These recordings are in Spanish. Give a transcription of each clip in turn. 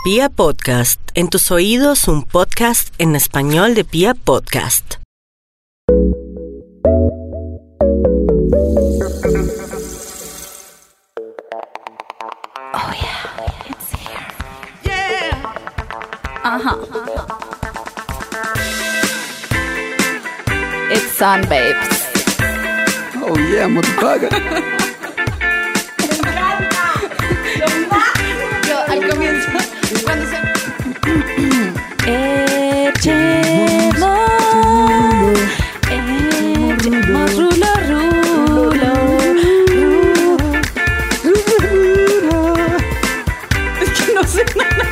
Pia Podcast, en tus oídos un podcast en español de Pia Podcast. Oh yeah, it's here. Yeah. It's Sun Babes. Oh yeah, motherfucker. Yo al comienzo, cuando se... Echemos rulo, rulo. Es que no sé nada.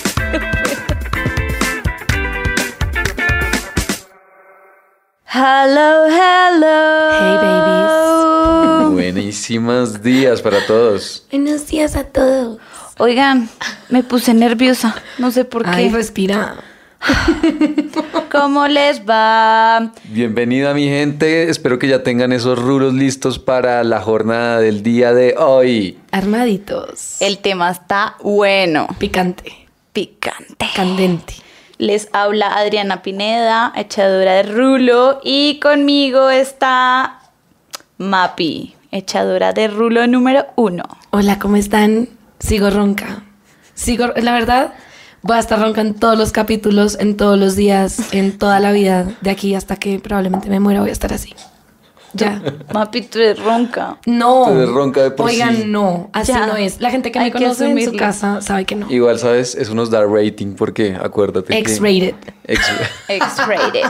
Hello, hello. Hey, babies. Buenísimos días para todos. Buenos días a todos. Oigan, me puse nerviosa. No sé por qué. Ay, respira. ¿Cómo les va? Bienvenida mi gente, espero que ya tengan esos rulos listos para la jornada del día de hoy. Armaditos. El tema está bueno. Picante. Picante. Candente. Les habla Adriana Pineda, echadora de rulo. Y conmigo está Mapi, echadora de rulo número 1. Hola, ¿cómo están? Sigo ronca. La verdad, voy a estar ronca en todos los capítulos, en todos los días, en toda la vida. De aquí hasta que probablemente me muera voy a estar así. Ya. Mapi, tú eres ronca. No. Tú eres ronca de por Oigan, sí. no. Así Ya. no es. La gente que Hay me que conoce en su asumirlo. casa sabe que no. Igual, ¿sabes? Eso nos da rating porque acuérdate X-rated. X-rated.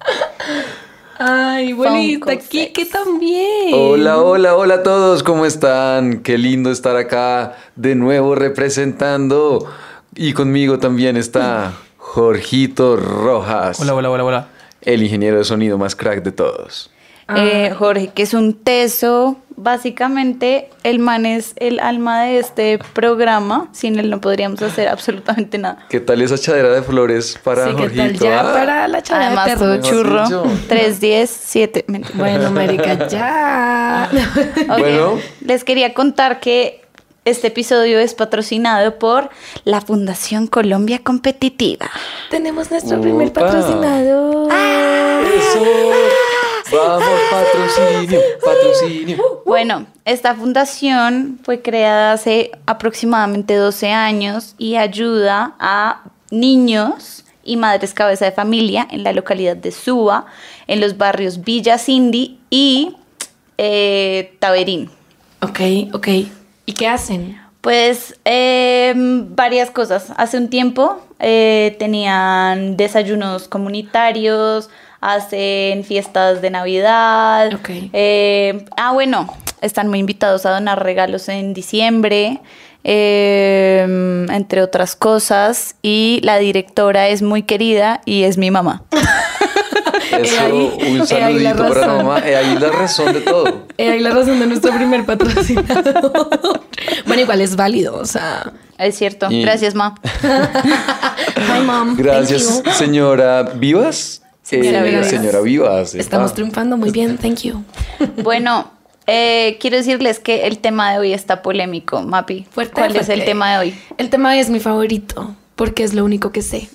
Ay, bueno, y está Funko Kike sex. también. Hola, hola, hola a todos, ¿cómo están? Qué lindo estar acá de nuevo representando. Y conmigo también está Jorgito Rojas. Hola. El ingeniero de sonido más crack de todos. Jorge, que es un teso. Básicamente, el man es el alma de este programa. Sin él no podríamos hacer absolutamente nada. ¿Qué tal esa chadera de flores para Sí, ¿qué Jorgito? tal ya Ah, para la chava de Además, perro? todo Mejor churro. dicho. 3, 10, 7. Mentira. Bueno, marica, ya. Ok, Bueno. les quería contar que este episodio es patrocinado por la Fundación Colombia Competitiva. Tenemos nuestro primer Opa. patrocinador. Eso. Vamos, patrocinio. Bueno, esta fundación fue creada hace aproximadamente 12 años y ayuda a niños y madres cabeza de familia en la localidad de Suba, en los barrios Villa Cindy y Taberín. Ok. ¿Y qué hacen? Pues varias cosas. Hace un tiempo tenían desayunos comunitarios, hacen fiestas de Navidad. Ok. Bueno, están muy invitados a donar regalos en diciembre, entre otras cosas. Y la directora es muy querida y es mi mamá. Eso, ahí un la saludito para la razón. mamá. Ahí la razón de todo. Ahí la razón de nuestro primer patrocinador. Bueno, igual es válido, o sea. Es cierto. Y- Gracias, ma. Hi, mom. Gracias, Thank you. señora Vivas. Señora Vivas. Señora Vivas. Estamos epa. triunfando muy bien, thank you. Bueno, quiero decirles que el tema de hoy está polémico, Mapi. Fuerte, ¿Cuál es fuerte. el tema de hoy? El tema es mi favorito, porque es lo único que sé.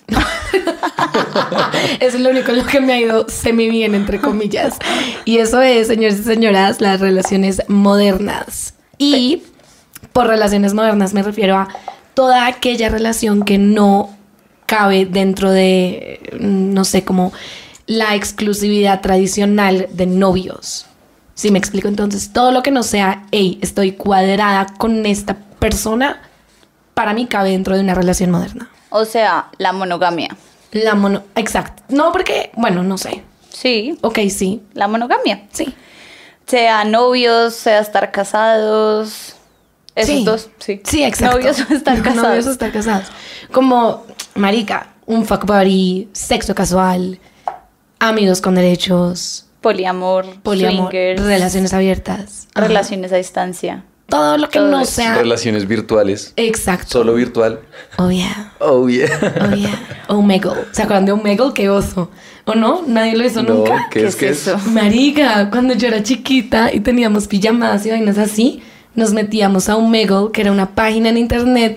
Es lo único en lo que me ha ido semi bien, entre comillas. Y eso es, señores y señoras, las relaciones modernas. Y por relaciones modernas me refiero a toda aquella relación que no cabe dentro de, no sé, como la exclusividad tradicional de novios. ¿Sí me explico? Entonces, todo lo que no sea, hey, estoy cuadrada con esta persona, para mí cabe dentro de una relación moderna. O sea, la monogamia. Exacto. No, porque, bueno, no sé. Sí, Ok, sí. la monogamia. Sí. Sea novios, sea estar casados. Esos Sí. dos, sí. Sí, exacto. Novios o estar casados. Novios o estar casados. Como, marica, un fuck buddy, sexo casual, amigos con derechos, Poliamor, poliamor, swingers, relaciones abiertas. Ajá. relaciones a distancia. Todo lo que Todo no eso. sea... Relaciones virtuales. Exacto. Solo virtual. Oh, yeah. Oh, yeah. Oh, yeah. Omegle. ¿Se acuerdan de Omegle? ¡Qué oso! ¿O no? ¿Nadie lo hizo No, nunca? ¿qué es eso? Marica, cuando yo era chiquita y teníamos pijamadas y vainas así, nos metíamos a Omegle, que era una página en internet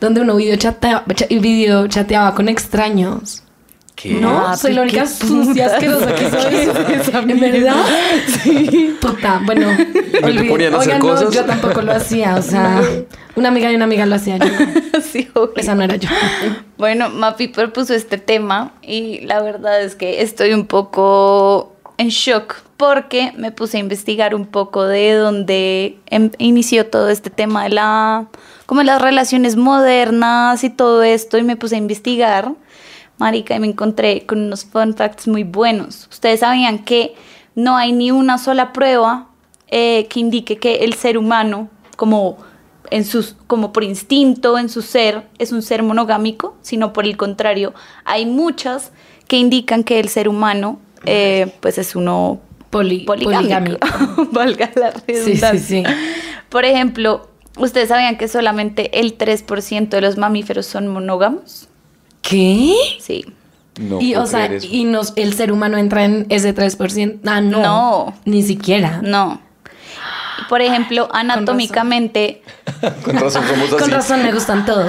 donde uno videochateaba con extraños. ¿Qué? No, soy la única sucia asquerosa que soy. ¿En verdad? Sí. Puta, bueno. ¿No te ponían a hacer cosas? No, yo tampoco lo hacía, o sea, una amiga y una amiga lo hacían. Sí, obvio. Esa no era yo. Bueno, Mapi propuso este tema y la verdad es que estoy un poco en shock porque me puse a investigar un poco de dónde inició todo este tema de como las relaciones modernas y todo esto, y me puse a investigar, marica, y me encontré con unos fun facts muy buenos. Ustedes sabían que no hay ni una sola prueba que indique que el ser humano, como por instinto en su ser, es un ser monogámico, sino por el contrario, hay muchas que indican que el ser humano pues es uno poligámico. Valga la redundancia. Sí. Por ejemplo, ¿ustedes sabían que solamente el 3% de los mamíferos son monógamos? ¿Qué? Sí. No Y, puedo o sea, creer eso. el ser humano entra en ese 3%. Ah, no. No. Ni siquiera. No. Por ejemplo, anatómicamente, Con razón somos así. Con razón me gustan todos.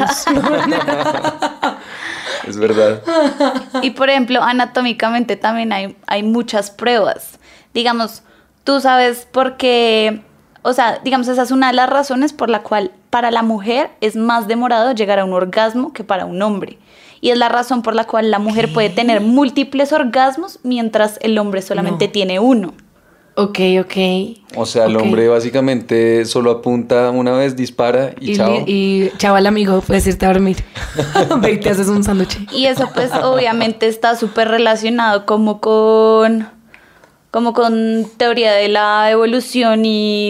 Es verdad. y por ejemplo, anatómicamente también hay muchas pruebas. Digamos, tú sabes por qué, o sea, digamos, esa es una de las razones por la cual para la mujer es más demorado llegar a un orgasmo que para un hombre. Y es la razón por la cual la mujer puede tener múltiples orgasmos mientras el hombre solamente tiene uno. Ok. O sea, el Ok. hombre básicamente solo apunta una vez, dispara y chao. Y chao al amigo, puedes irte a dormir. Ve y te haces un sándwich. Y eso pues obviamente está súper relacionado como con teoría de la evolución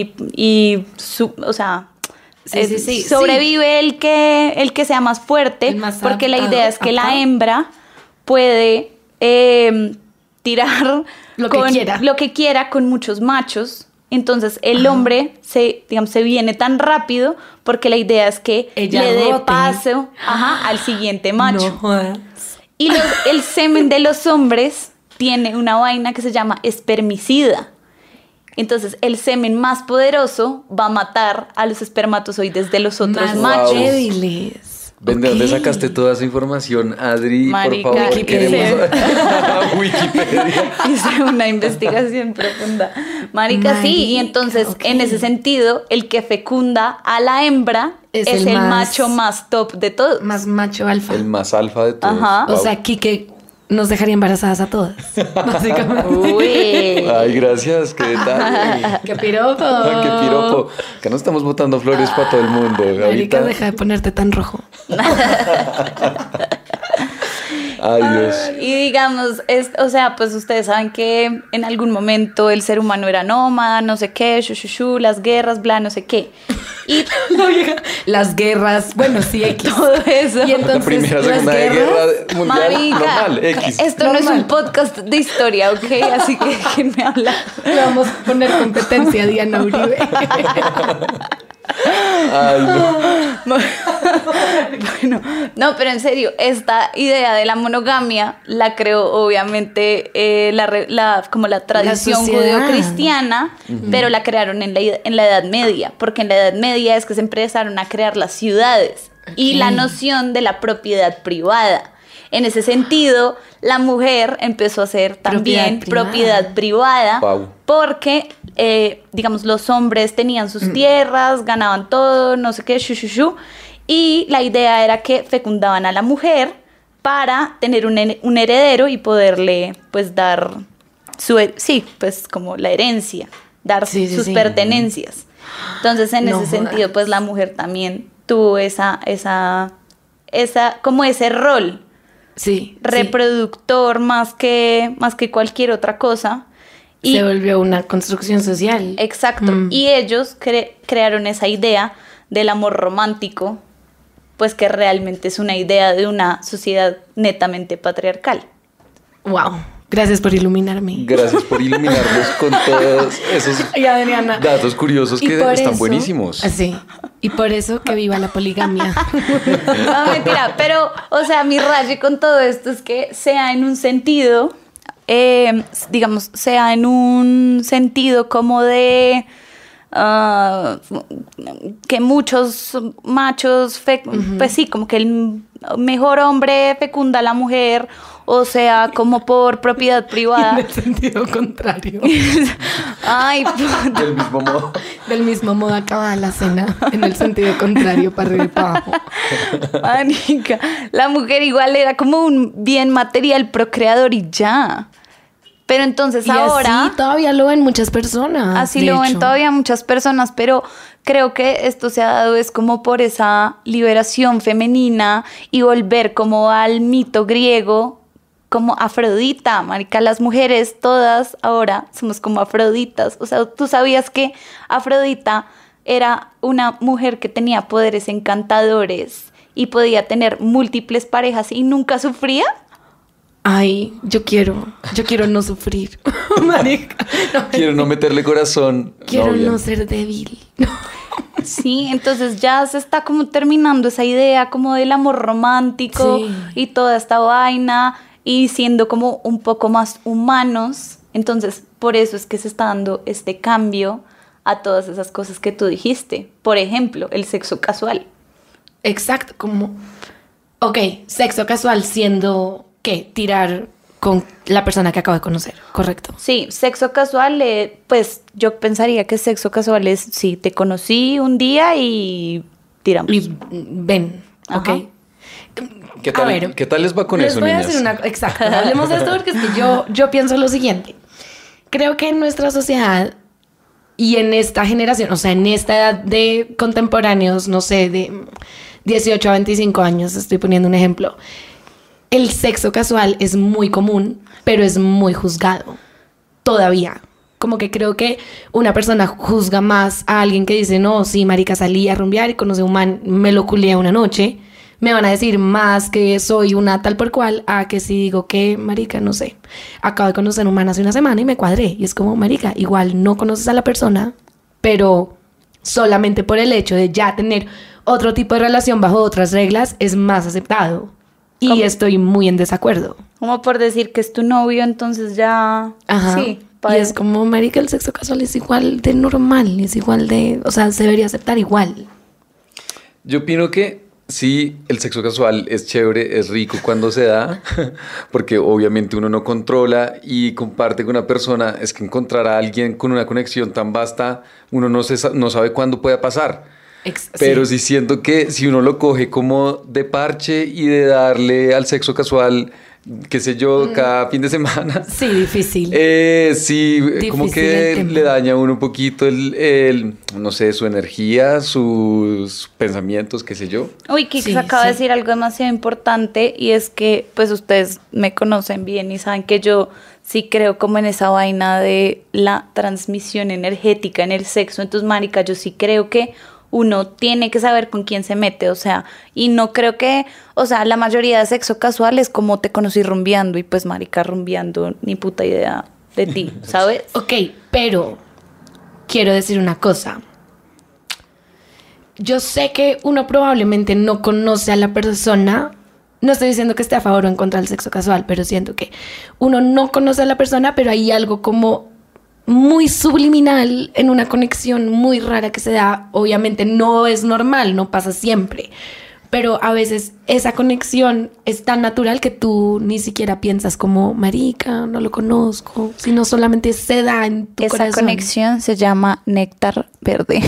o sea, Sí. sobrevive el que sea más fuerte, El más porque la adaptado. idea es que la Ajá. hembra puede tirar Lo que quiera. con muchos machos. Entonces el hombre se viene tan rápido porque la idea es que Ella le dé rote. paso al siguiente macho. No jodas. Y el semen de los hombres tiene una vaina que se llama espermicida. Entonces, el semen más poderoso va a matar a los espermatozoides de los otros Más machos. Wow. débiles. Ven, ¿de dónde Ok. sacaste toda esa información, Adri? Marica, por favor, Wikipedia. Wikipedia. Hice una investigación profunda. Marica, sí. Y Marica, entonces, ok. en ese sentido, el que fecunda a la hembra Es es el el más- macho más top de todos. Más macho alfa. El más alfa de todos. Ajá. O Wow. sea, Kike nos dejaría embarazadas a todas. Básicamente. Uy. Ay, gracias, qué detalle. ¡Qué piropo! Ay, qué piropo. Acá no estamos botando flores para todo el mundo. Marica, Ahorita. deja de ponerte tan rojo. Ay, Dios. Y digamos, o sea, pues ustedes saben que en algún momento el ser humano era nómada, no sé qué, las guerras, bla, no sé qué. Y Las guerras, bueno, sí, X. todo eso. Y entonces, La primera, las segunda guerra mundial, Marica, normal, X. esto no es Normal. un podcast de historia, ¿ok? Así que déjenme hablar. Le vamos a poner competencia a Diana Uribe. Ay, no. Bueno, no, pero en serio, esta idea de la monogamia la creó obviamente como la tradición sociedad. judeocristiana, pero la crearon en la Edad Media, porque en la Edad Media es que se empezaron a crear las ciudades y la noción de la propiedad privada. En ese sentido, la mujer empezó a ser también propiedad privada, Wow. porque, digamos, los hombres tenían sus tierras, ganaban todo, no sé qué, y la idea era que fecundaban a la mujer para tener un heredero y poderle, pues, dar pues, como la herencia, dar Sí, sus sí. pertenencias. Entonces, en No ese sentido, jodas. pues, la mujer también tuvo como ese rol Sí. reproductor más que cualquier otra cosa. Sí. Se volvió una construcción social. Exacto. Y ellos crearon esa idea del amor romántico, pues que realmente es una idea de una sociedad netamente patriarcal. Wow. Gracias por iluminarme. Gracias por iluminarnos con todos esos Y Adriana. datos curiosos Y que por están eso- buenísimos. Sí. Y por eso que viva la poligamia. No, mentira, pero, o sea, mi raye con todo esto es que sea en un sentido, digamos, sea en un sentido como de que muchos machos, pues sí, como que el mejor hombre fecunda a la mujer, o sea, como por propiedad privada. En el sentido contrario. Ay, Del mismo modo. Del mismo modo acaba la cena, en el sentido contrario, para arriba y para abajo. marica, la mujer igual era como un bien material procreador y ya. Pero entonces Y ahora... así todavía lo ven muchas personas. Así de lo ven hecho. todavía muchas personas, pero creo que esto se ha dado es como por esa liberación femenina y volver como al mito griego, como Afrodita, marica, las mujeres todas ahora somos como Afroditas. O sea, ¿tú sabías que Afrodita era una mujer que tenía poderes encantadores y podía tener múltiples parejas y nunca sufría? Ay, yo quiero no sufrir. Marica, no, Quiero no meterle corazón. quiero bien. no ser débil. Sí, entonces ya se está como terminando esa idea como del amor romántico Sí. y toda esta vaina y siendo como un poco más humanos. Entonces, por eso es que se está dando este cambio a todas esas cosas que tú dijiste. Por ejemplo, el sexo casual. Exacto, como... Ok, sexo casual siendo... ¿Qué? Tirar con la persona que acabo de conocer, ¿correcto? Sí, sexo casual, pues yo pensaría que sexo casual es, sí, te conocí un día y tiramos. Y ven, Ajá. ok. ¿Qué A tal, ver, ¿qué tal les va con les eso, voy niñas? a decir una... Exacto, hablemos de esto porque es que yo pienso lo siguiente. Creo que en nuestra sociedad y en esta generación, o sea, en esta edad de contemporáneos, no sé, de 18 a 25 años, estoy poniendo un ejemplo, el sexo casual es muy común, pero es muy juzgado. Todavía. Como que creo que una persona juzga más a alguien que dice, no, sí, marica, salí a rumbear y conocí a un man, me lo culié una noche. Me van a decir más que soy una tal por cual a que si digo que, marica, no sé, acabo de conocer a un man hace una semana y me cuadré. Y es como, marica, igual no conoces a la persona, pero solamente por el hecho de ya tener otro tipo de relación bajo otras reglas es más aceptado. Y ¿Cómo? estoy muy en desacuerdo. Como por decir que es tu novio, entonces ya... Ajá. Sí. Y es como, marica, el sexo casual es igual de normal, es igual de... O sea, se debería aceptar igual. Yo opino que sí, el sexo casual es chévere, es rico cuando se da, porque obviamente uno no controla y comparte con una persona. Es que encontrar a alguien con una conexión tan vasta, uno no sabe cuándo pueda pasar. Pero sí siento que si uno lo coge como de parche y de darle al sexo casual, qué sé yo, cada fin de semana. Sí, difícil. Sí, como Difícil que el tema. le daña a uno un poquito no sé, su energía, sus pensamientos, qué sé yo. Uy, Kix Sí, acaba de sí. decir algo demasiado importante y es que pues ustedes me conocen bien y saben que yo sí creo como en esa vaina de la transmisión energética en el sexo. Entonces, marica, yo sí creo que uno tiene que saber con quién se mete, o sea, y no creo que, o sea, la mayoría de sexo casual es como te conocí rumbeando y pues marica rumbeando, ni puta idea de ti, ¿sabes? Ok, pero quiero decir una cosa. Yo sé que uno probablemente no conoce a la persona. No estoy diciendo que esté a favor o en contra del sexo casual, pero siento que uno no conoce a la persona, pero hay algo como muy subliminal en una conexión muy rara que se da. Obviamente no es normal, no pasa siempre, pero a veces esa conexión es tan natural que tú ni siquiera piensas como, marica, no lo conozco, sino solamente se da en tu Esa corazón. conexión se llama néctar verde.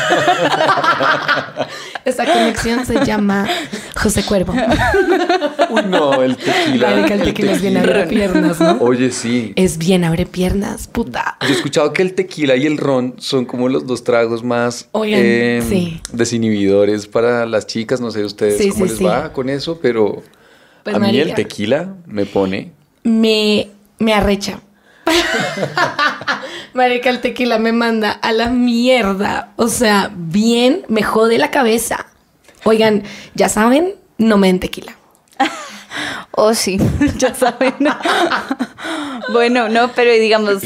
Esa conexión se llama José Cuervo. Uy, no, el tequila. Marica, el tequila es bien abre piernas, ¿no? Oye, sí. Es bien abre piernas, puta. Yo he escuchado que el tequila y el ron son como los dos tragos más Oigan, sí. desinhibidores para las chicas. No sé ustedes Sí, cómo sí, les sí. va con eso, pero Pues, a mí el marica, tequila me pone. me arrecha. Marica, el tequila me manda a la mierda. O sea, bien, me jode la cabeza. Oigan, ya saben, no me den tequila. Oh, sí, ya saben. Bueno, no, pero digamos,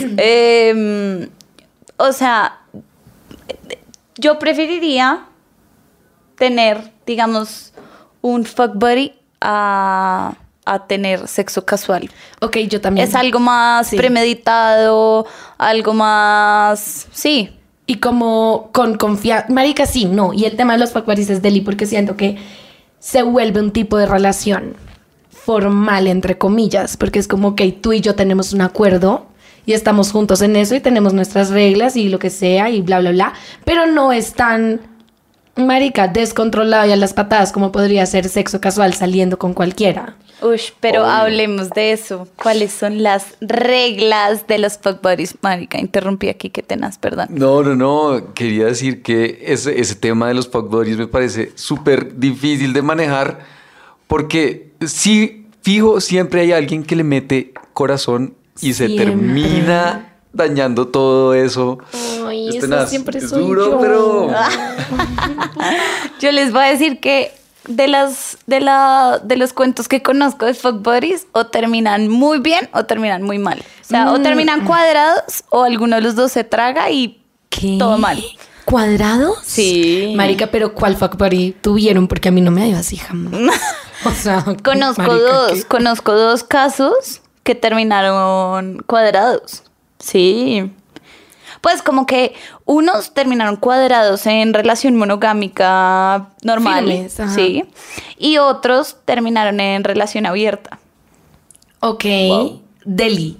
o sea, yo preferiría tener, digamos, un fuck buddy a tener sexo casual. Ok, yo también. Es algo más Sí. premeditado, algo más, sí. y como con confianza. Marica, sí, no. Y el tema de los fuck buddies es deli porque siento que se vuelve un tipo de relación formal, entre comillas, porque es como que tú y yo tenemos un acuerdo y estamos juntos en eso y tenemos nuestras reglas y lo que sea y bla, bla, bla, pero no es tan, marica, descontrolado y a las patadas como podría ser sexo casual saliendo con cualquiera. Ush, pero Obvio. hablemos de eso. ¿Cuáles son las reglas de los fuck buddies? Marica, interrumpí aquí, qué tenaz, perdón. No. Quería decir que ese tema de los fuck buddies me parece súper difícil de manejar porque sí, fijo, siempre hay alguien que le mete corazón y se Siempre. termina dañando todo eso. Ay, Es eso tenaz, siempre es soy duro, yo. pero... Yo les voy a decir que de los cuentos que conozco de fuck buddies, o terminan muy bien o terminan muy mal. O sea, o terminan cuadrados o alguno de los dos se traga y ¿Qué? todo mal. ¿Cuadrados? Sí. Marica, pero ¿cuál fuck buddy tuvieron? Porque a mí no me ha ido así jamás. O sea, Conozco marica, dos, ¿qué? conozco dos casos que terminaron cuadrados. Sí. Pues como que unos terminaron cuadrados en relación monogámica normal, Firmes, ajá. sí, y otros terminaron en relación abierta. Ok. Wow. Deli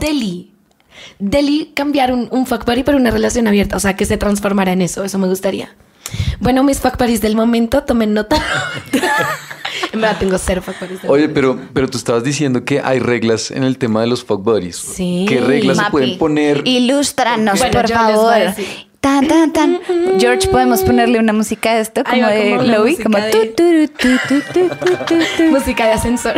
cambiar un fuck buddy por una relación abierta. O sea, que se transformara en eso. Eso me gustaría. Bueno, mis fuck buddies del momento, tomen nota. En verdad tengo cero fuck buddies del Oye, momento. pero tú estabas diciendo que hay reglas en el tema de los fuck buddies. Sí. ¿Qué reglas se Mapi, pueden poner? ilústranos, Bueno, por yo les voy a favor. decir. Tan, tan, tan. George, ¿podemos ponerle una música a esto? Ahí Como va, de como una Lowy, música como de- tu. Música de ascensor.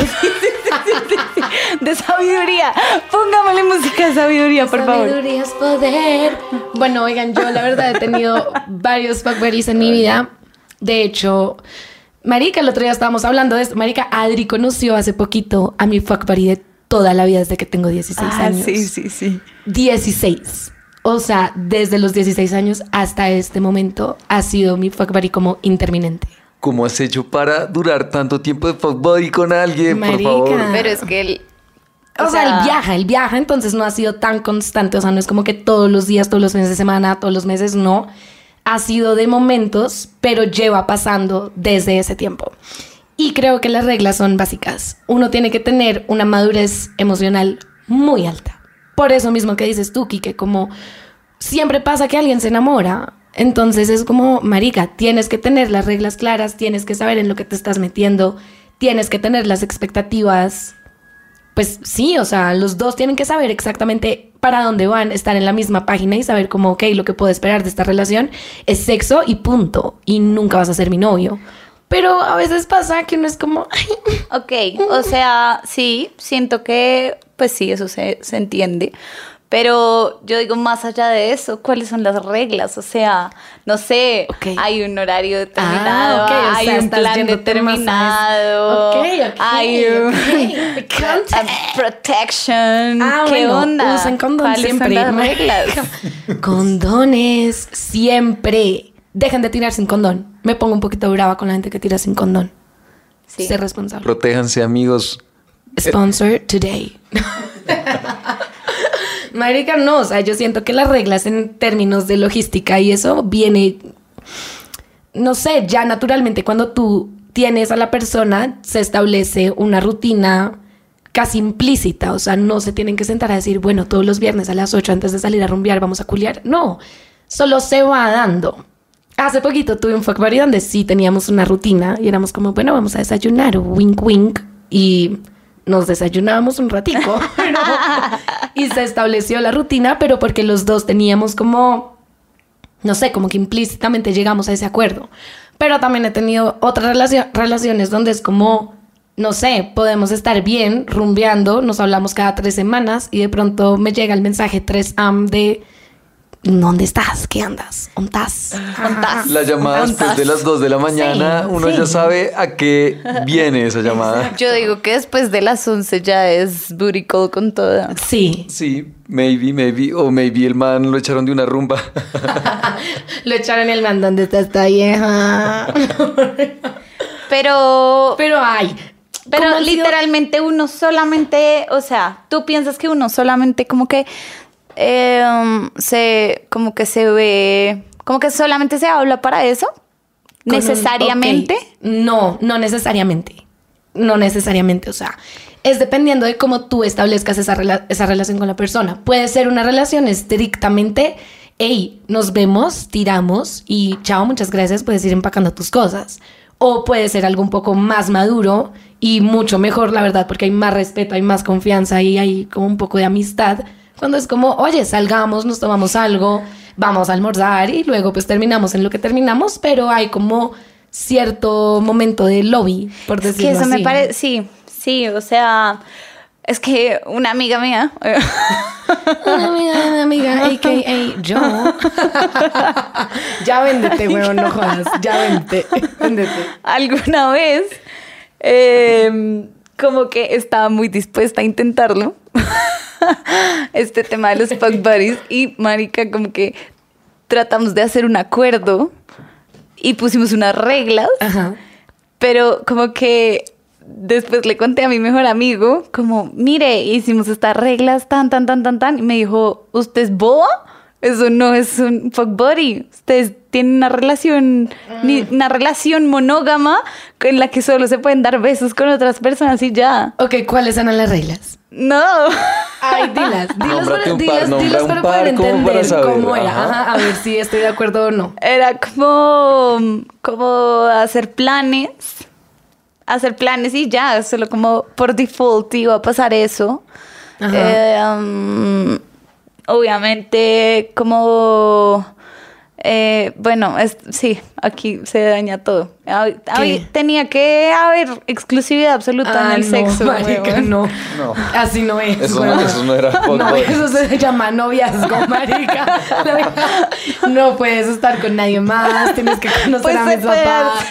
De sabiduría. Póngamele música de sabiduría, por favor. Sabiduría es poder. Bueno, oigan, yo la verdad he tenido varios fuck buddies en mi vida. De hecho, marica, el otro día estábamos hablando de esto. Marica, Adri conoció hace poquito a mi fuck buddy de toda la vida desde que tengo 16 años. sí. 16. O sea, desde los 16 años hasta este momento ha sido mi fuck buddy como interminente. ¿Cómo has hecho para durar tanto tiempo de fuck buddy con alguien, Marica. por favor? Pero es que él... O sea, él viaja, entonces no ha sido tan constante. O sea, no es como que todos los días, todos los fines de semana, todos los meses, no. Ha sido de momentos, pero lleva pasando desde ese tiempo. Y creo que las reglas son básicas. Uno tiene que tener una madurez emocional muy alta. Por eso mismo que dices tú, Kike, como siempre pasa que alguien se enamora. Entonces es como, marica, tienes que tener las reglas claras, tienes que saber en lo que te estás metiendo, tienes que tener las expectativas. Pues sí, o sea, los dos tienen que saber exactamente para dónde van, estar en la misma página y saber como, ok, lo que puedo esperar de esta relación es sexo y punto. Y nunca vas a ser mi novio. Pero a veces pasa que uno es como, ay, Ok, o sea, sí, siento que, pues sí, eso se entiende. Pero yo digo, más allá de eso, ¿cuáles son las reglas? O sea, no sé, Ok. hay un horario determinado, ok, o hay sea, un estás plan yéndote más a determinado, eso. Ok, hay un Context. a protection. Ah, ¿Qué bueno, onda? usen condón ¿Cuáles siempre. son las reglas? Condones, siempre. Dejen de tirar sin condón. Me pongo un poquito brava con la gente que tira sin condón. Sí. Sé responsable. Protéjanse, amigos. Sponsor today. Marica, no, o sea, yo siento que las reglas en términos de logística y eso viene, no sé, ya naturalmente cuando tú tienes a la persona se establece una rutina casi implícita, o sea, no se tienen que sentar a decir, bueno, todos los viernes a las 8 antes de salir a rumbear vamos a culiar, no, solo se va dando. Hace poquito tuve un fuck buddy donde sí teníamos una rutina y éramos como, bueno, vamos a desayunar, wink wink, y nos desayunábamos un ratico pero- y se estableció la rutina, pero porque los dos teníamos como, no sé, como que implícitamente llegamos a ese acuerdo. Pero también he tenido otras relaciones donde es como, no sé, podemos estar bien rumbeando, nos hablamos cada 3 semanas y de pronto me llega el mensaje 3am de ¿dónde estás? ¿Qué andas? ¿Ontas? La llamada después de las 2 de la mañana, Sí, uno sí. ya sabe a qué viene esa llamada. Yo digo que después de las 11 ya es booty call con toda. Sí, Sí, maybe. O maybe el man lo echaron de una rumba. lo echaron el man, ¿dónde está esta vieja? Pero Pero ay, Pero ¿cómo han sido? literalmente uno solamente, o sea, tú piensas que uno solamente como que como que se ve, como que solamente se habla para eso, necesariamente. Okay. No necesariamente. No necesariamente, o sea, es dependiendo de cómo tú establezcas esa relación con la persona. Puede ser una relación estrictamente, hey, nos vemos, tiramos y chao, muchas gracias, puedes ir empacando tus cosas. O puede ser algo un poco más maduro y mucho mejor, la verdad, porque hay más respeto, hay más confianza y hay como un poco de amistad. Cuando es como, oye, salgamos, nos tomamos algo, vamos a almorzar y luego pues terminamos en lo que terminamos, pero hay como cierto momento de lobby, por decirlo así. Es que eso me parece, sí, o sea, es que una amiga mía... una amiga, a.k.a. yo. Ya véndete, huevón, no jodas, ya véndete. Alguna vez, como que estaba muy dispuesta a intentarlo. Este tema de los fuck buddies. Y marica, como que tratamos de hacer un acuerdo y pusimos unas reglas. Ajá. Pero como que después le conté a mi mejor amigo, como, mire, hicimos estas reglas tan, y me dijo, ¿usted es boba? Eso no es un fuck buddy. Ustedes tienen una relación monógama en la que solo se pueden dar besos con otras personas y ya. Ok, ¿cuáles eran las reglas? No. Ay, dilas Nombra para un par, poder entender como para saber. cómo era. Ajá. A ver si estoy de acuerdo o no. Era como hacer planes y ya, solo como por default iba a pasar eso. Obviamente como bueno, sí, aquí se daña todo. Tenía que haber exclusividad absoluta en el sexo. Marica, no. Así no es. Eso no era fuck buddy. Eso se llama noviazgo, marica. No puedes estar con nadie más, tienes que conocer a mis papás.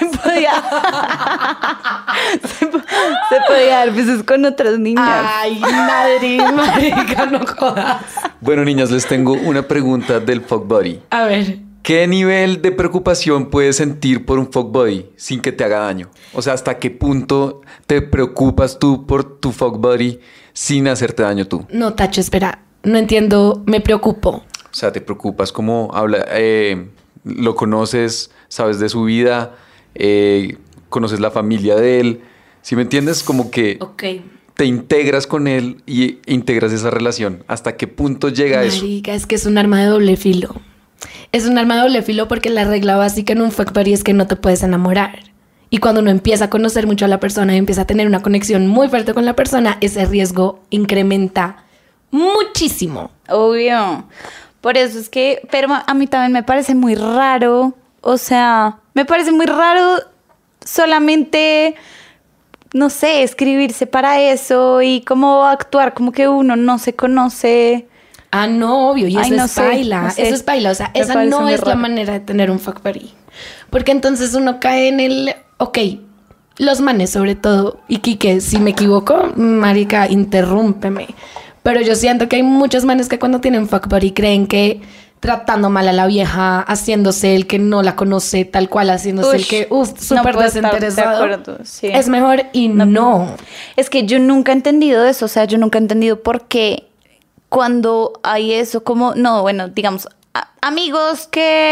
Se podía dar besos con otras niñas. Ay, madre, marica, no jodas. Bueno, niñas, les tengo una pregunta del fuck buddy. A ver. ¿Qué nivel de preocupación puedes sentir por un fuck buddy sin que te haga daño? O sea, ¿hasta qué punto te preocupas tú por tu fuck buddy sin hacerte daño tú? No, Tacho, espera. No entiendo. Me preocupo. O sea, te preocupas cómo habla, lo conoces, sabes de su vida, conoces la familia de él. ¿Sí me entiendes? Como que te integras con él y integras esa relación. ¿Hasta qué punto llega eso? Marica, es que es un arma de doble filo. Es un arma de doble filo porque la regla básica en un fuck buddy es que no te puedes enamorar. Y cuando uno empieza a conocer mucho a la persona y empieza a tener una conexión muy fuerte con la persona, ese riesgo incrementa muchísimo. Obvio. Por eso es que, pero a mí también me parece muy raro. O sea, me parece muy raro solamente, no sé, escribirse para eso y cómo actuar como que uno no se conoce. Ah, no, obvio, y eso no es baila, no sé. Eso es baila, o sea, Me esa parece no muy es la raro. manera de tener un fuck buddy. Porque entonces uno cae en el, los manes sobre todo, y Quique, si me equivoco, marica, interrúmpeme. Pero yo siento que hay muchos manes que cuando tienen fuck buddy creen que tratando mal a la vieja, haciéndose el que no la conoce tal cual, haciéndose el que, súper desinteresado, Sí. es mejor y no. Es que yo nunca he entendido eso, o sea, yo nunca he entendido por qué cuando hay eso como, no, bueno, digamos, amigos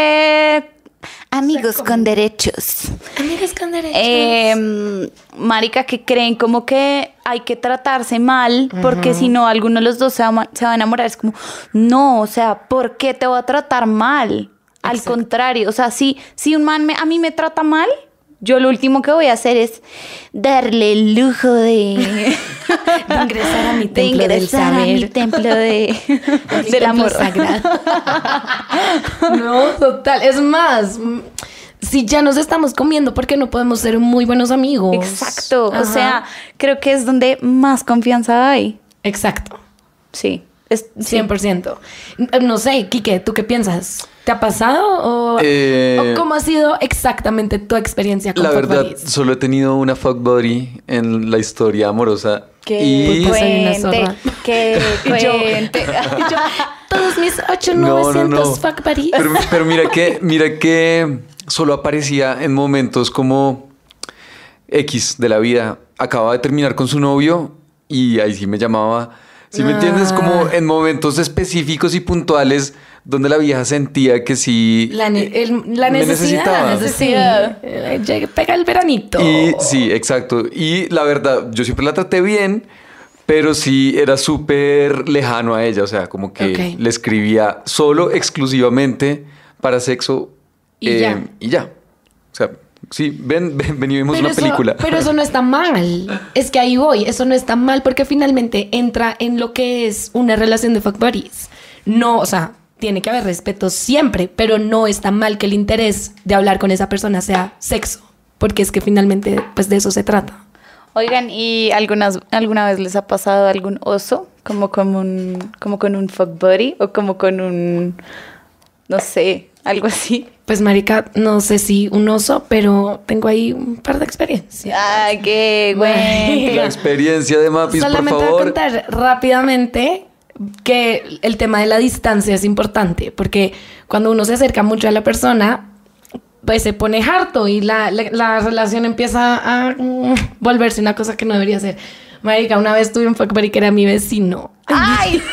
con derechos. Amigos con derechos. Marica, que creen como que hay que tratarse mal porque si no, alguno de los dos se va a enamorar. Es como, no, o sea, ¿por qué te voy a tratar mal? Al Exacto. contrario, o sea, si un man a mí me trata mal, yo lo último que voy a hacer es darle el lujo de ingresar a mi de templo del ingresar a saber. mi templo del Templo amor sagrado. No, total. Es más, si ya nos estamos comiendo, ¿por qué no podemos ser muy buenos amigos? Exacto. Ajá. O sea, creo que es donde más confianza hay. Exacto. Sí. 100%. No sé, Quique, ¿tú qué piensas? ¿Te ha pasado o cómo ha sido exactamente tu experiencia con La fuck verdad, buddies? solo he tenido una fuck buddy en la historia amorosa. Que Pues soy una zorra. que Y yo- cuente. Todos mis 800, No. 900 fuck buddies. Pero mira que solo aparecía en momentos como X de la vida. Acababa de terminar con su novio y ahí sí me llamaba. ¿Sí me entiendes? Como en momentos específicos y puntuales donde la vieja sentía que sí La me necesidad. necesitaba. Sí, pega el veranito. Y sí, exacto. Y la verdad, yo siempre la traté bien, pero sí era súper lejano a ella. O sea, como que Ok. le escribía solo, exclusivamente para sexo Y ya. y ya. O sea, sí, ven y vimos Pero una película. Pero eso no está mal. Es que ahí voy. Eso no está mal porque finalmente entra en lo que es una relación de fuck buddies. No, o sea, tiene que haber respeto siempre, pero no está mal que el interés de hablar con esa persona sea sexo. Porque es que finalmente, pues de eso se trata. Oigan, ¿y alguna vez les ha pasado algún oso? Como con un fuck buddy o como con un, no sé, algo así. Pues marica, no sé si un oso, pero tengo ahí un par de experiencias. Ay, qué bueno. La experiencia de Mapis, por Solamente voy a favor. contar rápidamente que el tema de la distancia es importante, porque cuando uno se acerca mucho a la persona, pues se pone harto y la relación empieza a volverse una cosa que no debería ser. Marica, una vez tuve un fuck buddy que era mi vecino. Ay,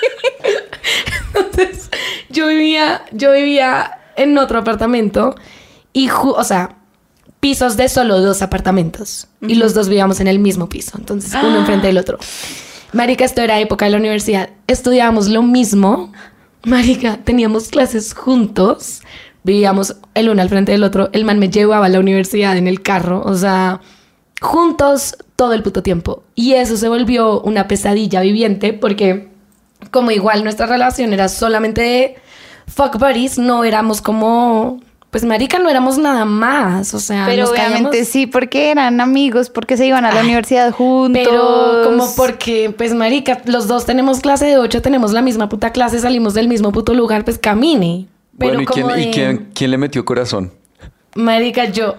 Entonces, yo vivía en otro apartamento y, o sea, pisos de solo 2 apartamentos. Y los dos vivíamos en el mismo piso. Entonces, uno enfrente del otro. Marica, esto era época de la universidad. Estudiábamos lo mismo. Marica, teníamos clases juntos. Vivíamos el uno al frente del otro. El man me llevaba a la universidad en el carro. O sea, juntos todo el puto tiempo. Y eso se volvió una pesadilla viviente porque como igual nuestra relación era solamente de fuck buddies, no éramos como... Pues marica, no éramos nada más, o sea... pero nos obviamente caíamos- sí, porque eran amigos, porque se iban a la universidad juntos. Pero como porque, pues marica, los dos tenemos clase de 8, tenemos la misma puta clase, salimos del mismo puto lugar, pues camine. Pero Bueno, ¿y como quién le metió corazón? Marica, yo.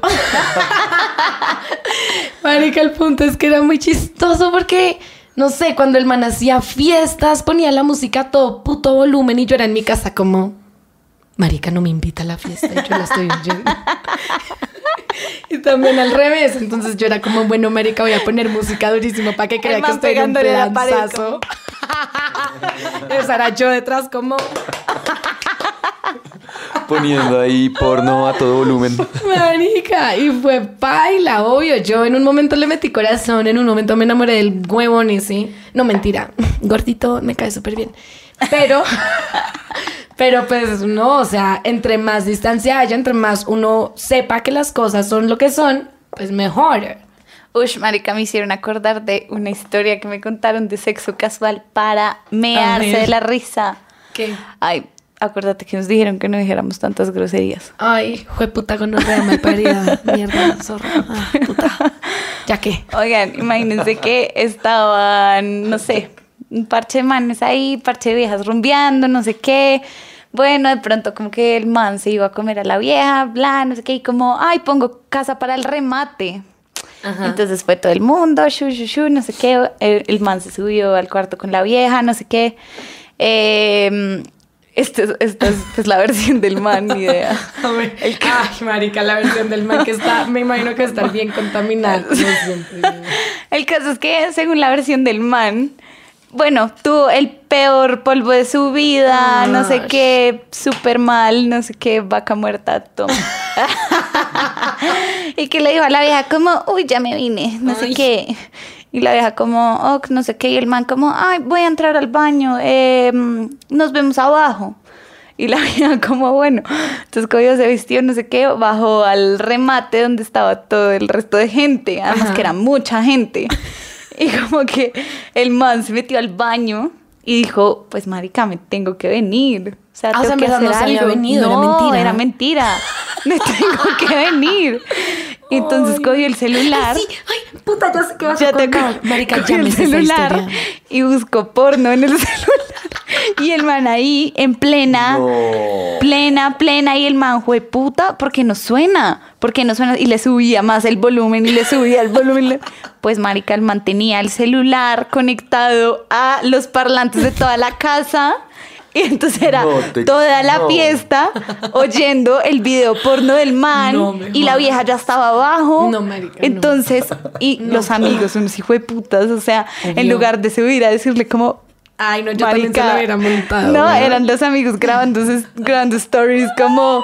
Marica, el punto es que era muy chistoso porque, no sé, cuando el man hacía fiestas, ponía la música a todo puto volumen y yo era en mi casa como... Marica, no me invita a la fiesta y yo la estoy oyendo. Y también al revés. Entonces yo era como, bueno, marica, voy a poner música durísimo para que crea El que man estoy en un pegándole a la pared, planzazo. Esa era yo detrás como... Poniendo ahí porno a todo volumen. Marica, y fue paila, obvio. Yo en un momento le metí corazón, en un momento me enamoré del huevón ese. No, mentira. Gordito me cae súper bien. Pero pues no, o sea, entre más distancia haya, entre más uno sepa que las cosas son lo que son, pues mejor. Ush, marica, me hicieron acordar de una historia que me contaron de sexo casual para mearse ver. de la risa. ¿Qué? Ay, acuérdate que nos dijeron que no dijéramos tantas groserías. Ay, jueputa con una malparida. Mierda, zorra. Ah, puta. ¿Ya qué? Oigan, imagínense que estaban, no sé, un parche de manes ahí, parche de viejas rumbeando, no sé qué. Bueno, de pronto como que el man se iba a comer a la vieja, bla, no sé qué, y como, ay, pongo casa para el remate. Ajá. Entonces fue todo el mundo, shu, no sé qué. El man se subió al cuarto con la vieja, no sé qué. Esta es pues, la versión del man, ni idea. Ay, marica, la versión del man que está, me imagino que va a estar bien contaminada. como siempre. El caso es que, según la versión del man, bueno, tuvo el peor polvo de su vida, no sé Ay. qué, súper mal, no sé qué, vaca muerta, toma. Y que le dijo a la vieja como, uy, ya me vine, no sé Ay. qué. Y la vieja como, oh, no sé qué, y el man como, ay, voy a entrar al baño, nos vemos abajo. Y la vieja como, bueno, entonces cogió, se vistió, no sé qué, bajó al remate donde estaba todo el resto de gente, además Ajá. que era mucha gente. Y como que el man se metió al baño y dijo, pues marica, me tengo que venir. O sea, Ah, o tengo sea, en que verdad hacer no se había algo. venido, era No, mentira. era mentira. Me tengo que venir. Y entonces Ay. cogió el celular. Sí, ay, puta, ya sé qué vas a Ya te contar. Marica, cogió ya me el sé esa celular historia. y buscó porno en el celular. Y el man ahí en plena, No. plena, y el man fue puta, porque no suena, y le subía más el volumen, y le subía el volumen. Pues marica, el man tenía el celular conectado a los parlantes de toda la casa. Y entonces era toda la fiesta oyendo el video porno del man. No, me y la jodas. vieja ya estaba abajo. No, marica, no. Entonces, y los amigos, unos hijos de putas, o sea, en Obvio. lugar de subir a decirle como, Ay, no, yo también se lo hubiera montado. No, güey. eran los amigos grabando stories como...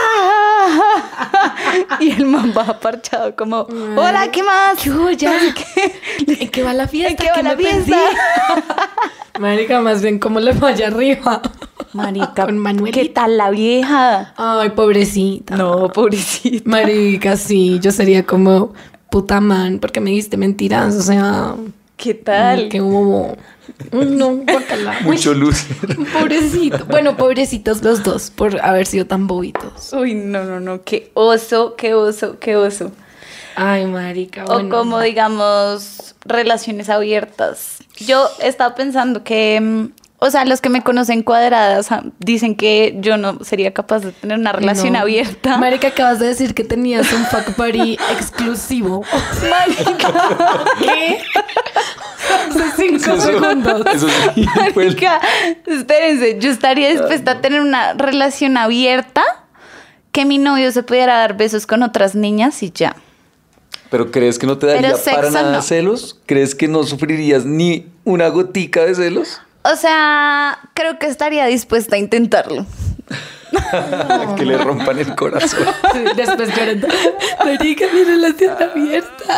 y el man va parchado como... Hola, ¿qué más? ¿En qué va la fiesta? ¿En qué va ¿Qué la me fiesta? perdí? Marica, más bien, ¿cómo le fue allá arriba? Marica, Con Manuelita. ¿qué tal la vieja? Ay, pobrecita. No, pobrecita. Marica, sí, yo sería como... Puta man, porque me dijiste mentiras, o sea... ¿Qué tal? Qué bobo. No, guacala. Mucho luz. Pobrecito. Bueno, pobrecitos los dos por haber sido tan bobitos. Uy, no, qué oso, qué oso, qué oso. Ay, marica, bueno. O como, digamos, relaciones abiertas. Yo estaba pensando que, o sea, los que me conocen cuadradas dicen que yo no sería capaz de tener una relación No. abierta. Marica, acabas de decir que tenías un fuck buddy exclusivo. Marica, ¿Qué? Hace 5 segundos. Eso sí. fue el- marica, espérense, yo estaría dispuesta a tener una relación abierta, que mi novio se pudiera dar besos con otras niñas y ya. ¿Pero crees que no te daría Pero sexo para nada no. celos? ¿Crees que no sufrirías ni una gotica de celos? O sea, creo que estaría dispuesta a intentarlo. Que le rompan el corazón. Sí, después llorando. Marica, mi relación está abierta.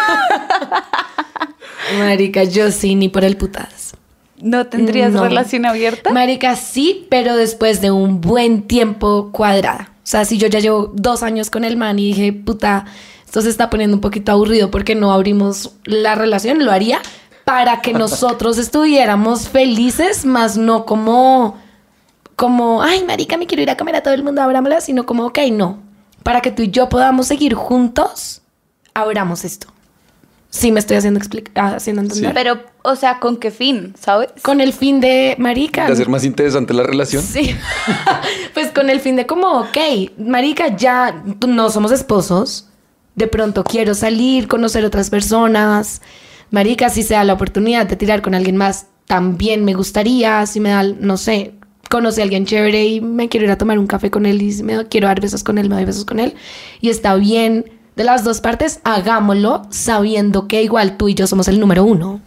Marica, yo sí, ni por el putas. ¿No tendrías No. relación abierta? Marica, sí, pero después de un buen tiempo cuadrada. O sea, si yo ya llevo 2 años con el man y dije, puta, esto se está poniendo un poquito aburrido porque no abrimos la relación, lo haría para que nosotros estuviéramos felices, más no como, ay, marica, me quiero ir a comer a todo el mundo, abrámosla, sino como, ok, no. Para que tú y yo podamos seguir juntos, abramos esto. Sí, me estoy haciendo entender. Sí. Pero, o sea, ¿con qué fin? ¿Sabes? Con el fin de, marica. ¿De hacer más interesante la relación? Sí, pues con el fin de como, ok, marica, ya no somos esposos, de pronto quiero salir, conocer otras personas, marica, si se da la oportunidad de tirar con alguien más, también me gustaría, si me da, no sé, conoce a alguien chévere y me quiero ir a tomar un café con él y si me quiero dar besos con él, me doy besos con él, y está bien de las dos partes, hagámoslo sabiendo que igual tú y yo somos el número 1.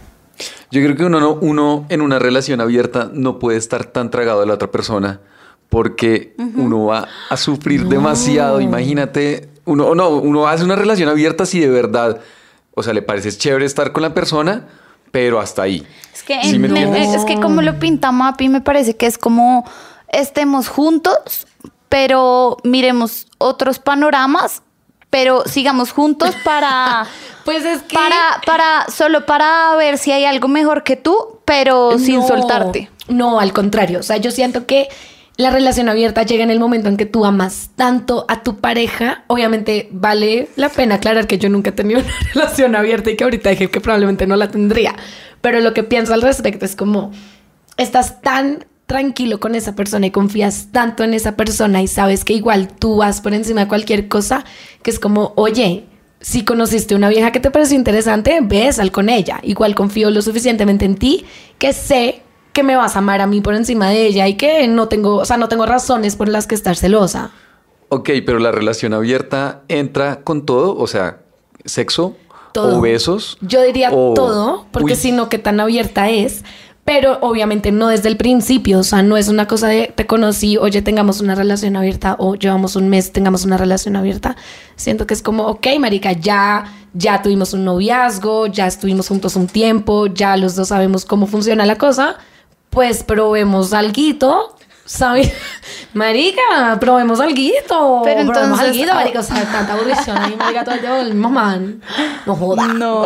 Yo creo que uno en una relación abierta no puede estar tan tragado de la otra persona porque uno va a sufrir demasiado. Imagínate, uno hace una relación abierta si de verdad, o sea, le parece chévere estar con la persona, pero hasta ahí. Es que, ¿Sí me entiendes? es que como lo pinta Mapi, me parece que es como estemos juntos, pero miremos otros panoramas, pero sigamos juntos para... Pues es que... solo para ver si hay algo mejor que tú, pero sin No, soltarte. No, al contrario. O sea, yo siento que la relación abierta llega en el momento en que tú amas tanto a tu pareja. Obviamente vale la pena aclarar que yo nunca he tenido una relación abierta y que ahorita dije que probablemente no la tendría. Pero lo que pienso al respecto es como, estás tan tranquilo con esa persona y confías tanto en esa persona y sabes que igual tú vas por encima de cualquier cosa, que es como, oye, si conociste una vieja que te pareció interesante, ve, sal con ella. Igual confío lo suficientemente en ti que sé que me vas a amar a mí por encima de ella y que no tengo razones por las que estar celosa. Ok, pero la relación abierta entra con todo, o sea, sexo Todo. o besos. Yo diría o- todo, porque Uy, si no, qué tan abierta es. Pero obviamente no desde el principio, o sea, no es una cosa de te conocí, oye, tengamos una relación abierta o llevamos un mes, tengamos una relación abierta. Siento que es como, ok, marica, ya tuvimos un noviazgo, ya estuvimos juntos un tiempo, ya los dos sabemos cómo funciona la cosa, pues probemos alguito, ¿sabes? Marica, probemos alguito. Pero probemos entonces- alguito, marica, o sea, tanta aburrición ahí, marica, todo el tiempo, el mismo man. No joda.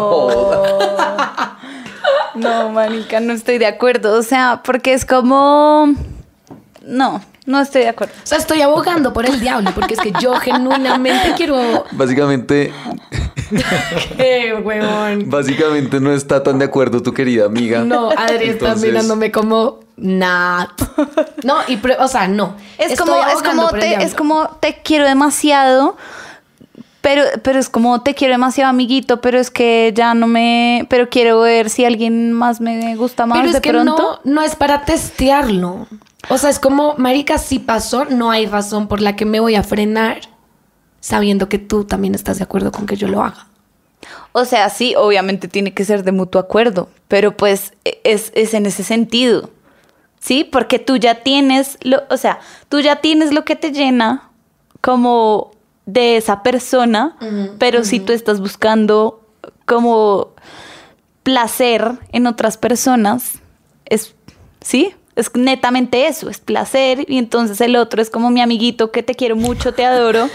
No, manica, no estoy de acuerdo. O sea, porque es como... No estoy de acuerdo. O sea, estoy abogando por el diablo, porque es que yo genuinamente quiero... Básicamente, ¡Qué huevón! básicamente no está tan de acuerdo tu querida amiga. No, Adri está Entonces, mirándome como... Nah. No, o sea, no. Es Estoy como, abogando por el diablo. es como te quiero demasiado, pero es como te quiero demasiado, amiguito, pero es que ya no me... Pero quiero ver si alguien más me gusta más Pero de es que pronto. no es para testearlo. O sea, es como, marica, si pasó, no hay razón por la que me voy a frenar sabiendo que tú también estás de acuerdo con que yo lo haga. O sea, sí, obviamente tiene que ser de mutuo acuerdo, pero pues es en ese sentido, ¿sí? Porque tú ya tienes tú ya tienes lo que te llena como de esa persona, pero si tú estás buscando como placer en otras personas, ¿sí? Es netamente eso, es placer, y entonces el otro es como mi amiguito que te quiero mucho, te adoro,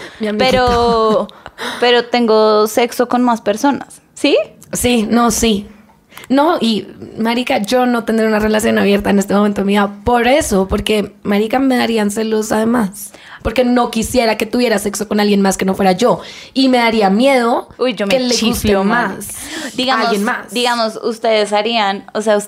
pero tengo sexo con más personas, ¿sí? Sí, no, sí. No, y marica, yo no tendré una relación abierta en este momento mía por eso, porque marica me darían celos además, porque no quisiera que tuviera sexo con alguien más que no fuera yo, y me daría miedo que le guste más a alguien más. Digamos, ustedes harían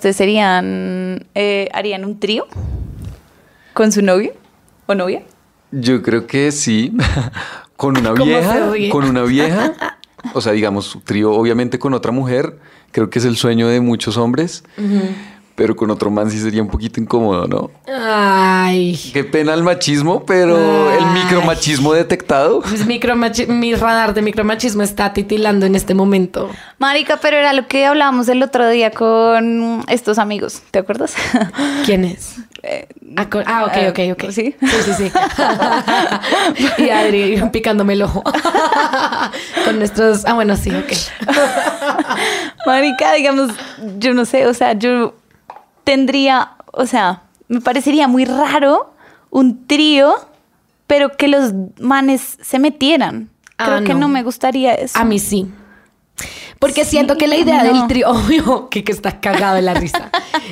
un trío con su novio o novia. Yo creo que sí. Con una ¿Cómo se vieja, ríe? o sea, digamos, trío obviamente con otra mujer, creo que es el sueño de muchos hombres, pero con otro man sí sería un poquito incómodo, ¿no? Ay. Qué pena el machismo, pero el micromachismo detectado. Pues mi radar de micromachismo está titilando en este momento. Marica, pero era lo que hablábamos el otro día con estos amigos, ¿te acuerdas? ¿Quién es? Ok. ¿Sí? Sí. Y Adri picándome el ojo. Con nuestros... bueno, sí, ok. Marica, digamos, yo no sé, o sea, yo tendría, o sea, me parecería muy raro un trío, pero que los manes se metieran. Creo que no me gustaría eso. A mí sí. Porque siento que la idea del trío... Obvio, que está cagado de la risa.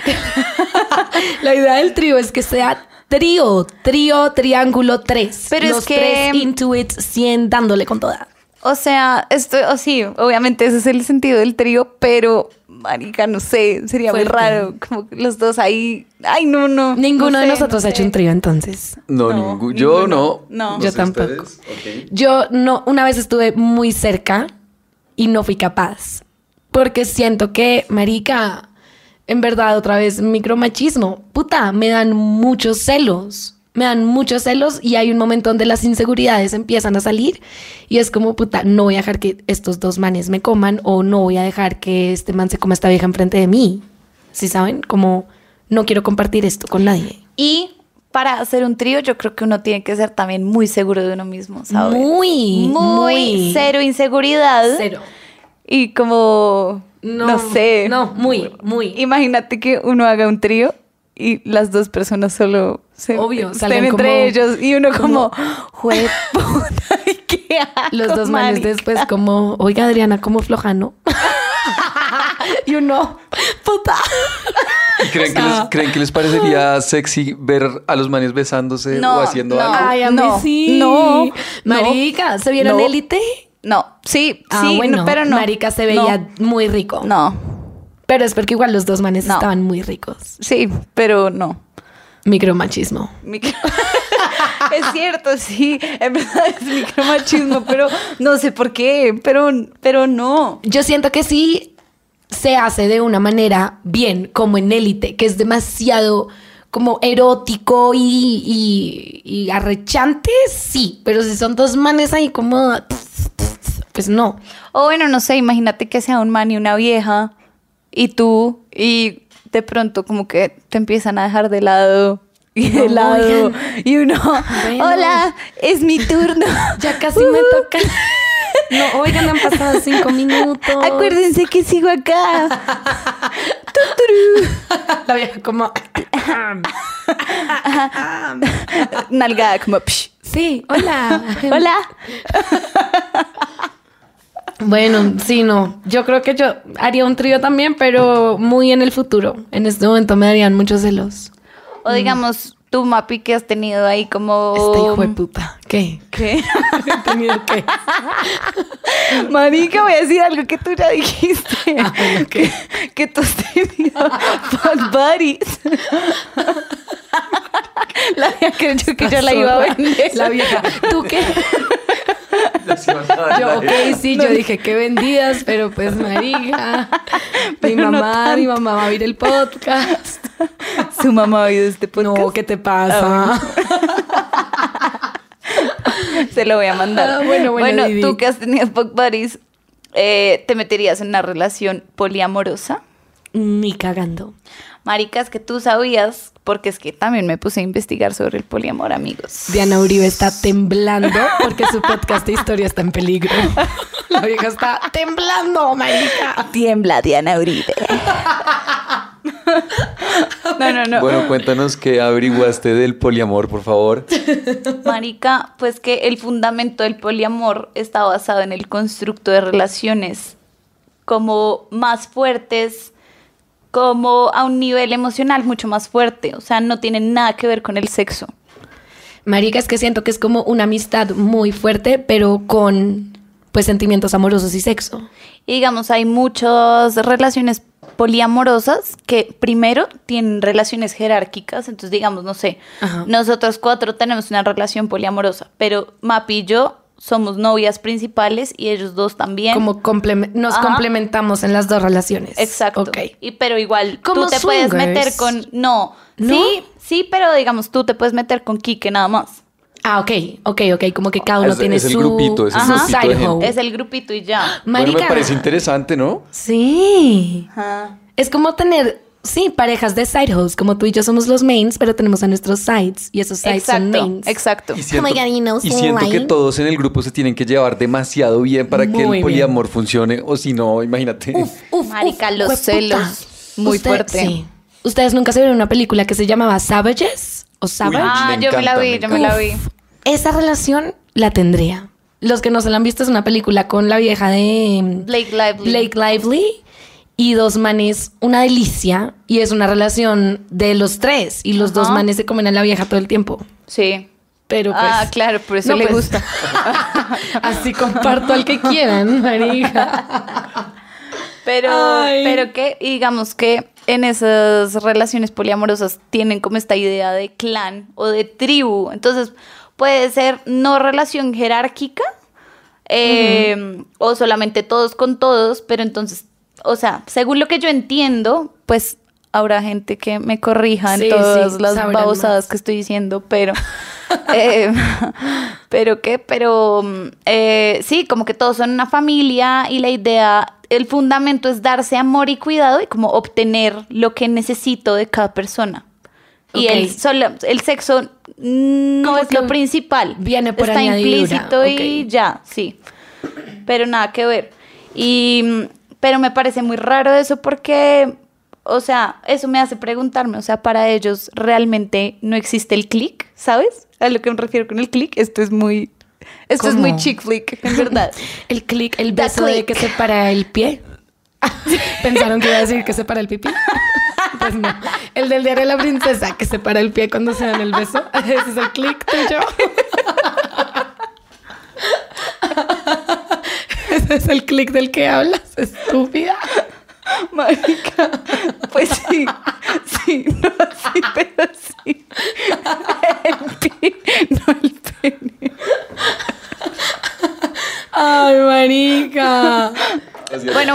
La idea del trío es que sea trío, triángulo, 3. Pero los es que... 3 into it, 100 dándole con toda. O sea, sí, obviamente ese es el sentido del trío, pero, marica, no sé, sería muy raro, como que los dos ahí, ay, no. Ninguno de sé, nosotros ha hecho un trío, entonces. No, yo no. No. Yo sé tampoco. ustedes. Ok. Yo no, una vez estuve muy cerca y no fui capaz, porque siento que, marica, en verdad, otra vez, micromachismo, puta, me dan muchos celos y hay un momento donde las inseguridades empiezan a salir y es como, puta, no voy a dejar que estos dos manes me coman o no voy a dejar que este man se coma a esta vieja enfrente de mí. ¿Sí saben? Como no quiero compartir esto con nadie. Y para hacer un trío yo creo que uno tiene que ser también muy seguro de uno mismo, ¿sabes? Muy. Cero inseguridad. Cero. Y como, no sé. No, muy. Imagínate que uno haga un trío y las dos personas solo Obvio, estén salen entre como- ellos y uno como, jue puta, ¿qué hago, Los dos manes marica? después como, oiga Adriana, ¿cómo floja, no? Y uno, puta. ¿Y creen que les parecería sexy ver a los manes besándose No, o haciendo no. algo? Ay, a mí No, sí. no, Marica, ¿se vieron no. Élite? No, sí, Bueno, no, pero no. Marica se veía muy rico. No, Pero es porque igual los dos manes No. estaban muy ricos. sí, pero no. Micromachismo. Es cierto, sí, en verdad es micromachismo, pero no sé por qué, pero no. Yo siento que sí se hace de una manera bien, como en Élite, que es demasiado como erótico y arrechante, sí. Pero si son dos manes ahí como... Pues no. O bueno, no sé, imagínate que sea un man y una vieja y tú y de pronto como que te empiezan a dejar de lado y de No, lado oigan. y uno, Bueno. hola, es mi turno. Ya casi me toca. No, oigan, han pasado 5 minutos. Acuérdense que sigo acá. Tuturú. La vieja como... Nalgada como, psh. Sí, hola. Hola. Bueno, sí, no. Yo creo que yo haría un trío también, pero muy en el futuro. En este momento me darían muchos celos. O digamos, tú, Mapi, que has tenido ahí como... Este hijo de puta. ¿Qué? ¿Qué? ¿He tenido qué? Marica, voy a decir algo que tú ya dijiste. Bueno, ¿qué? Que tú has tenido fuck buddies. La vieja creyó que yo la iba a vender. La vieja. ¿Tú qué? Yo, ok, sí, yo dije que vendidas, pero pues marica. Mi Pero no mamá va a oír el podcast. Su mamá ha oído este podcast. No, ¿qué te pasa? Se lo voy a mandar. Ah, bueno, Bueno, Didi. tú que has tenido fuck buddies, ¿Te meterías en una relación poliamorosa? Ni cagando. Marica, es que tú sabías, porque es que también me puse a investigar sobre el poliamor, amigos. Diana Uribe está temblando porque su podcast de historia está en peligro. La vieja está temblando, marica. Tiembla, Diana Uribe. No. Bueno, cuéntanos qué averiguaste del poliamor, por favor. Marica, pues que el fundamento del poliamor está basado en el constructo de relaciones como más fuertes, como a un nivel emocional mucho más fuerte. O sea, no tiene nada que ver con el sexo. Marica, es que siento que es como una amistad muy fuerte, pero con pues sentimientos amorosos y sexo. Y digamos, hay muchas relaciones poliamorosas que primero tienen relaciones jerárquicas. Entonces, digamos, no sé, Ajá. nosotros 4 tenemos una relación poliamorosa, pero Mapi y yo somos novias principales y ellos 2 también. Como nos Ajá. complementamos en las dos relaciones. Exacto. Ok. Pero igual Como tú te puedes swingers. meter con... No. ¿No? Sí, pero digamos, tú te puedes meter con Quique nada más. Ah, ok. Como que cada uno tiene es el su... grupito, es el Ajá. grupito de side gente. hoe. Es el grupito y ya. Bueno, Marica. me parece interesante, ¿no? Sí. Ajá. Es como tener, sí, parejas de side hoes, como tú y yo somos los mains, pero tenemos a nuestros sides y esos sides son mains. Exacto. Y siento, Oh my God, you know, y so siento que lying. todos en el grupo se tienen que llevar demasiado bien para que Muy el poliamor funcione, o si no, imagínate. Marica, los jueputa. celos. Muy fuerte. Sí. ¿Ustedes nunca se vieron una película que se llamaba Savages? ¿O Savage? Uy, me Yo me la vi, encanta, yo me la vi. Esa relación la tendría. Los que no se la han visto es una película con la vieja de Blake Lively. y 2 manes, una delicia. Y es una relación de los 3 y los Ajá. 2 manes se comen a la vieja todo el tiempo. Sí. Pero pues... Ah, claro, por eso No, le pues, gusta. Así comparto al que quieran, marica. Ay. Pero que, digamos que en esas relaciones poliamorosas tienen como esta idea de clan o de tribu. Entonces, puede ser no relación jerárquica o solamente todos con todos, pero entonces, o sea, según lo que yo entiendo, pues habrá gente que me corrija en Sí, todas sí, las sabrán babosadas más. que estoy diciendo, pero sí, como que todos son una familia y la idea, el fundamento es darse amor y cuidado y como obtener lo que necesito de cada persona. Y Ok. el sexo no Como es que lo principal. viene por Está añadidura, implícito y ok. ya, sí. Pero nada que ver. Pero me parece muy raro eso porque, o sea, eso me hace preguntarme, o sea, para ellos realmente no existe el click, ¿sabes? A lo que me refiero con el click, esto es muy ¿Cómo? chick flick, en verdad. El clic, el Da beso de click. que separa el pie. ¿Pensaron que iba a decir que separa el pipí? Pues no. El del diario de la princesa, que separa el pie cuando se dan el beso. Ese es el clic tuyo. Ese es el clic del que hablas, estúpida. Marica, pues sí, no, sí, pero sí. El pie, no el pene. Ay, marica. Bueno.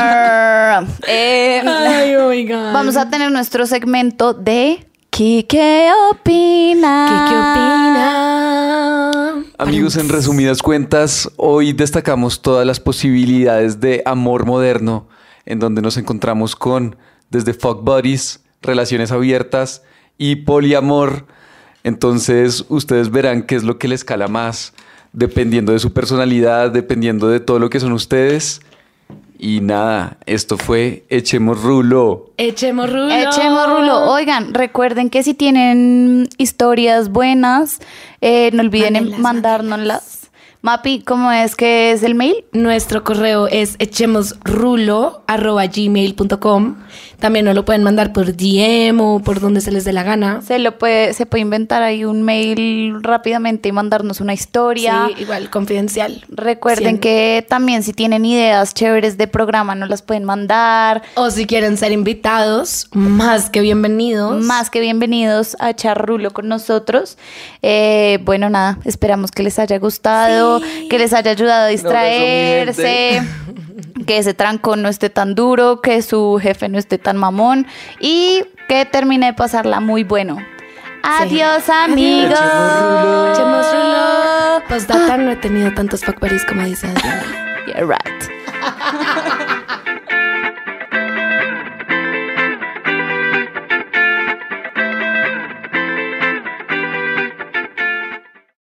Ay, oh my God. Vamos a tener nuestro segmento de ¿Qué opina? ¿Qué opina? Amigos, en resumidas cuentas, hoy destacamos todas las posibilidades de amor moderno, en donde nos encontramos con desde fuck buddies, relaciones abiertas y poliamor. Entonces, ustedes verán qué es lo que les cala más, dependiendo de su personalidad, dependiendo de todo lo que son ustedes. Y nada, esto fue Echemos Rulo. Echemos rulo. Echemos rulo. Oigan, recuerden que si tienen historias buenas, no olviden Mándenlas, mandárnoslas. Mapi, ¿cómo es que es el mail? Nuestro correo es echemosrulo@gmail.com. También nos lo pueden mandar por DM o por donde se les dé la gana. Se puede inventar ahí un mail rápidamente y mandarnos una historia. Sí, igual, confidencial. Recuerden 100. que también si tienen ideas chéveres de programa nos las pueden mandar. O si quieren ser invitados, más que bienvenidos. Más que bienvenidos a echar rulo con nosotros. Bueno, nada, esperamos que les haya gustado, que les haya ayudado a distraerse, que ese trancón no esté tan duro, que su jefe no esté tan mamón y que termine de pasarla muy bueno. Adiós, amigos. Echemos rulo. Postdata, no he tenido tantos fuck buddies como dice Adriana. Yeah, right.